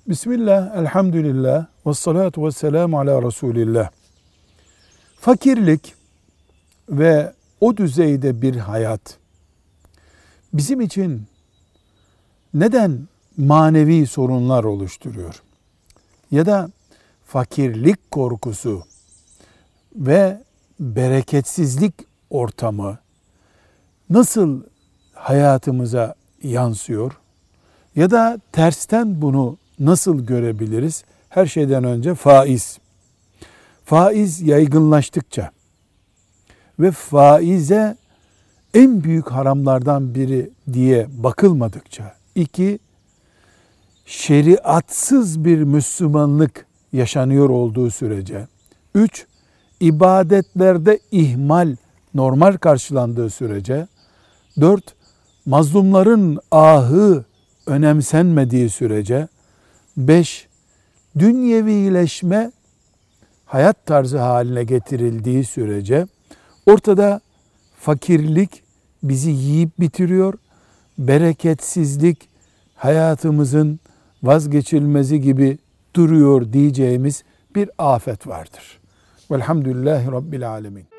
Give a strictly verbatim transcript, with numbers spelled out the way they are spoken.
Bismillah, elhamdülillah, ve salatu ve selamu ala Resulillah. Fakirlik ve o düzeyde bir hayat bizim için neden manevi sorunlar oluşturuyor? Ya da fakirlik korkusu ve bereketsizlik ortamı nasıl hayatımıza yansıyor? Ya da tersten bunu nasıl görebiliriz? Her şeyden önce faiz. Faiz yaygınlaştıkça ve faize en büyük haramlardan biri diye bakılmadıkça, iki, şeriatsız bir Müslümanlık yaşanıyor olduğu sürece, üç, ibadetlerde ihmal normal karşılandığı sürece, dört, mazlumların ahı önemsenmediği sürece, beş, dünyevileşme hayat tarzı haline getirildiği sürece ortada fakirlik bizi yiyip bitiriyor, bereketsizlik hayatımızın vazgeçilmezi gibi duruyor diyeceğimiz bir afet vardır. Velhamdülillahi Rabbil Alemin.